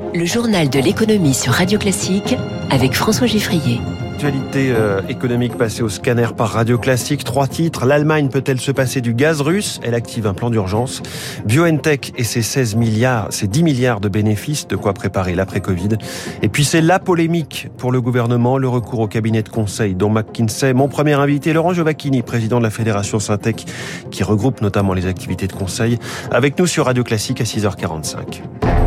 Le journal de l'économie sur Radio Classique avec François Giffrier. Actualité économique passée au scanner par Radio Classique. 3 titres. L'Allemagne peut-elle se passer du gaz russe ? Elle active un plan d'urgence. BioNTech et ses 10 milliards de bénéfices, de quoi préparer l'après-Covid. Et puis c'est la polémique pour le gouvernement, le recours au cabinet de conseil dont McKinsey. Mon premier invité, Laurent Giovacchini, président de la Fédération Syntec, qui regroupe notamment les activités de conseil, avec nous sur Radio Classique à 6h45.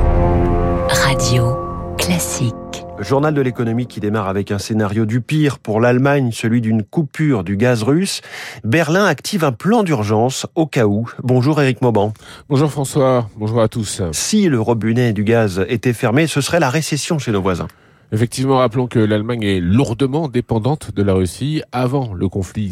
Radio Classique. Journal de l'économie qui démarre avec un scénario du pire pour l'Allemagne, celui d'une coupure du gaz russe. Berlin active un plan d'urgence au cas où. Bonjour Éric Mauban. Bonjour François, bonjour à tous. Si le robinet du gaz était fermé, ce serait la récession chez nos voisins. Effectivement, rappelons que l'Allemagne est lourdement dépendante de la Russie. Avant le conflit,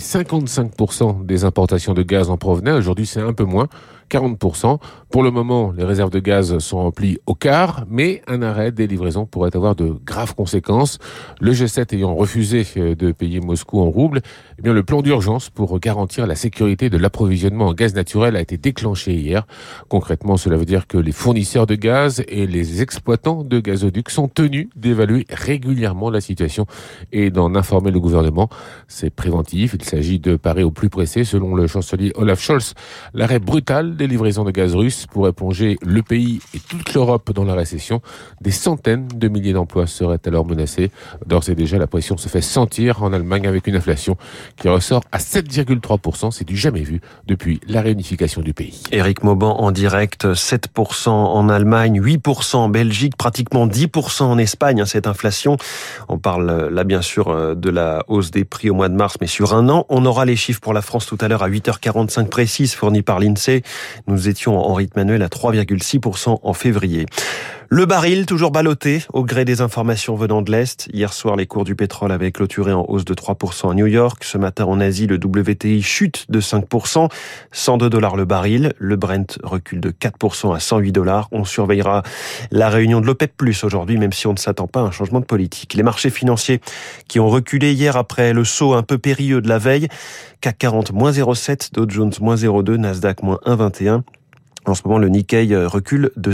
55% des importations de gaz en provenaient. Aujourd'hui, c'est un peu moins, 40%. Pour le moment, les réserves de gaz sont remplies au quart, mais un arrêt des livraisons pourrait avoir de graves conséquences. Le G7 ayant refusé de payer Moscou en roubles, eh bien, le plan d'urgence pour garantir la sécurité de l'approvisionnement en gaz naturel a été déclenché hier. Concrètement, cela veut dire que les fournisseurs de gaz et les exploitants de gazoducs sont tenus d'évaluer régulièrement la situation et d'en informer le gouvernement. C'est préventif, il s'agit de parer au plus pressé. Selon le chancelier Olaf Scholz, l'arrêt brutal des livraisons de gaz russe pourrait plonger le pays et toute l'Europe dans la récession. Des centaines de milliers d'emplois seraient alors menacés. D'ores et déjà, la pression se fait sentir en Allemagne avec une inflation qui ressort à 7,3%. C'est du jamais vu depuis la réunification du pays. Éric Mauban en direct, 7% en Allemagne, 8% en Belgique, pratiquement 10% en Espagne, cette inflation. On parle là bien sûr de la hausse des prix au mois de mars, mais sur un an. On aura les chiffres pour la France tout à l'heure à 8h45 précises fournis par l'INSEE. Nous étions en rythme annuel à 3,6% en février. Le baril, toujours ballotté au gré des informations venant de l'Est. Hier soir, les cours du pétrole avaient clôturé en hausse de 3% à New York. Ce matin, en Asie, le WTI chute de 5%, $102 le baril. Le Brent recule de 4% à $108. On surveillera la réunion de l'OPEP+ aujourd'hui, même si on ne s'attend pas à un changement de politique. Les marchés financiers qui ont reculé hier après le saut un peu périlleux de la veille. CAC 40, moins 0,7, Dow Jones, moins 0,2, Nasdaq, moins 1,21. En ce moment, le Nikkei recule de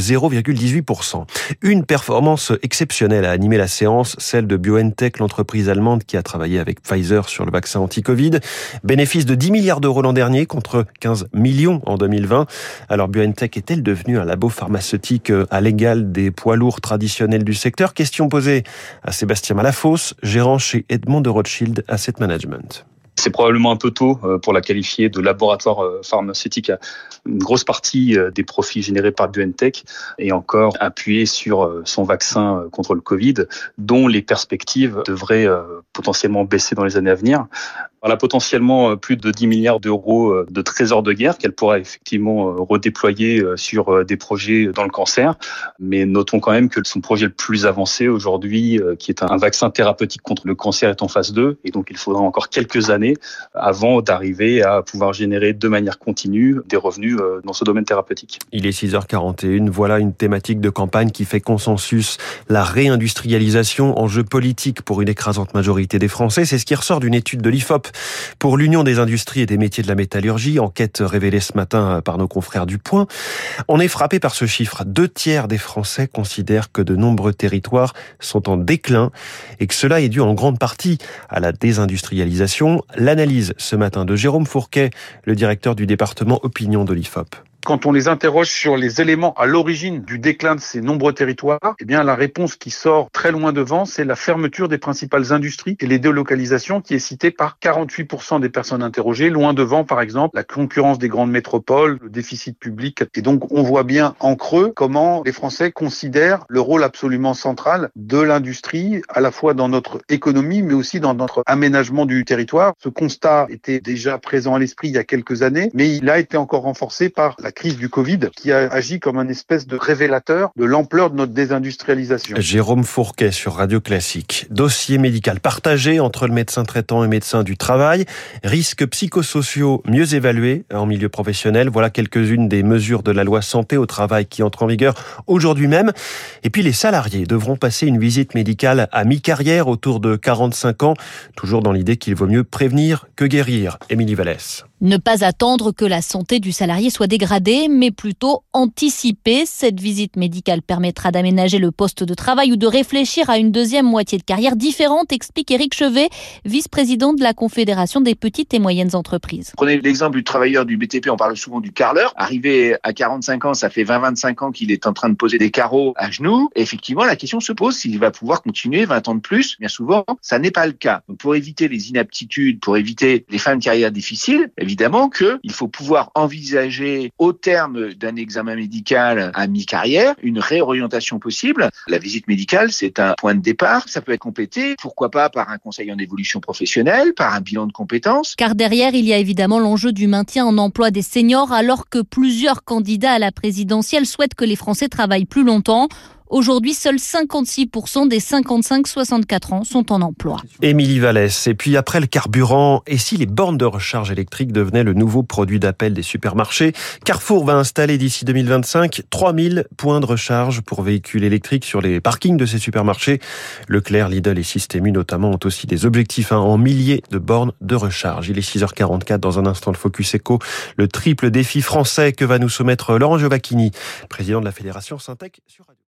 0,18%. Une performance exceptionnelle a animé la séance, celle de BioNTech, l'entreprise allemande qui a travaillé avec Pfizer sur le vaccin anti-Covid. Bénéfice de 10 milliards d'euros l'an dernier contre 15 millions en 2020. Alors BioNTech est-elle devenue un labo pharmaceutique à l'égal des poids lourds traditionnels du secteur ? Question posée à Sébastien Malafosse, gérant chez Edmond de Rothschild Asset Management. C'est probablement un peu tôt pour la qualifier de laboratoire pharmaceutique. Une grosse partie des profits générés par BioNTech est encore appuyée sur son vaccin contre le Covid, dont les perspectives devraient potentiellement baisser dans les années à venir. Elle a potentiellement plus de 10 milliards d'euros de trésor de guerre qu'elle pourra effectivement redéployer sur des projets dans le cancer. Mais notons quand même que son projet le plus avancé aujourd'hui, qui est un vaccin thérapeutique contre le cancer, est en phase 2. Et donc il faudra encore quelques années avant d'arriver à pouvoir générer de manière continue des revenus dans ce domaine thérapeutique. Il est 6h41. Voilà une thématique de campagne qui fait consensus. La réindustrialisation, enjeu politique pour une écrasante majorité des Français. C'est ce qui ressort d'une étude de l'IFOP pour l'Union des industries et des métiers de la métallurgie, enquête révélée ce matin par nos confrères du Point. On est frappé par ce chiffre. 2/3 des Français considèrent que de nombreux territoires sont en déclin et que cela est dû en grande partie à la désindustrialisation. L'analyse ce matin de Jérôme Fourquet, le directeur du département opinion de l'IFOP. Quand on les interroge sur les éléments à l'origine du déclin de ces nombreux territoires, eh bien, la réponse qui sort très loin devant, c'est la fermeture des principales industries et les délocalisations qui est citée par 48% des personnes interrogées. Loin devant, par exemple, la concurrence des grandes métropoles, le déficit public. Et donc, on voit bien en creux comment les Français considèrent le rôle absolument central de l'industrie, à la fois dans notre économie, mais aussi dans notre aménagement du territoire. Ce constat était déjà présent à l'esprit il y a quelques années, mais il a été encore renforcé par la crise du Covid qui a agi comme un espèce de révélateur de l'ampleur de notre désindustrialisation. Jérôme Fourquet sur Radio Classique. Dossier médical partagé entre le médecin traitant et médecin du travail. Risques psychosociaux mieux évalués en milieu professionnel. Voilà quelques-unes des mesures de la loi santé au travail qui entre en vigueur aujourd'hui même. Et puis les salariés devront passer une visite médicale à mi-carrière autour de 45 ans. Toujours dans l'idée qu'il vaut mieux prévenir que guérir. Émilie Vallès. Ne pas attendre que la santé du salarié soit dégradée, mais plutôt anticiper. Cette visite médicale permettra d'aménager le poste de travail ou de réfléchir à une deuxième moitié de carrière différente, explique Éric Chevet, vice-président de la Confédération des petites et moyennes entreprises. Prenez l'exemple du travailleur du BTP, on parle souvent du carreleur. Arrivé à 45 ans, ça fait 20-25 ans qu'il est en train de poser des carreaux à genoux. Et effectivement, la question se pose s'il va pouvoir continuer 20 ans de plus. Bien souvent, ça n'est pas le cas. Donc, pour éviter les inaptitudes, pour éviter les fins de carrière difficiles, évidemment qu'il faut pouvoir envisager au terme d'un examen médical à mi-carrière une réorientation possible. La visite médicale, c'est un point de départ. Ça peut être complété, pourquoi pas par un conseil en évolution professionnelle, par un bilan de compétences. Car derrière, il y a évidemment l'enjeu du maintien en emploi des seniors, alors que plusieurs candidats à la présidentielle souhaitent que les Français travaillent plus longtemps. Aujourd'hui, seuls 56% des 55-64 ans sont en emploi. Émilie Vallès. Et puis après le carburant, et si les bornes de recharge électrique devenaient le nouveau produit d'appel des supermarchés? Carrefour va installer d'ici 2025 3000 points de recharge pour véhicules électriques sur les parkings de ces supermarchés. Leclerc, Lidl et Système U notamment ont aussi des objectifs en milliers de bornes de recharge. Il est 6h44 dans un instant le Focus Eco, le triple défi français que va nous soumettre Laurent Giovacchini, président de la Fédération Syntec sur Radio.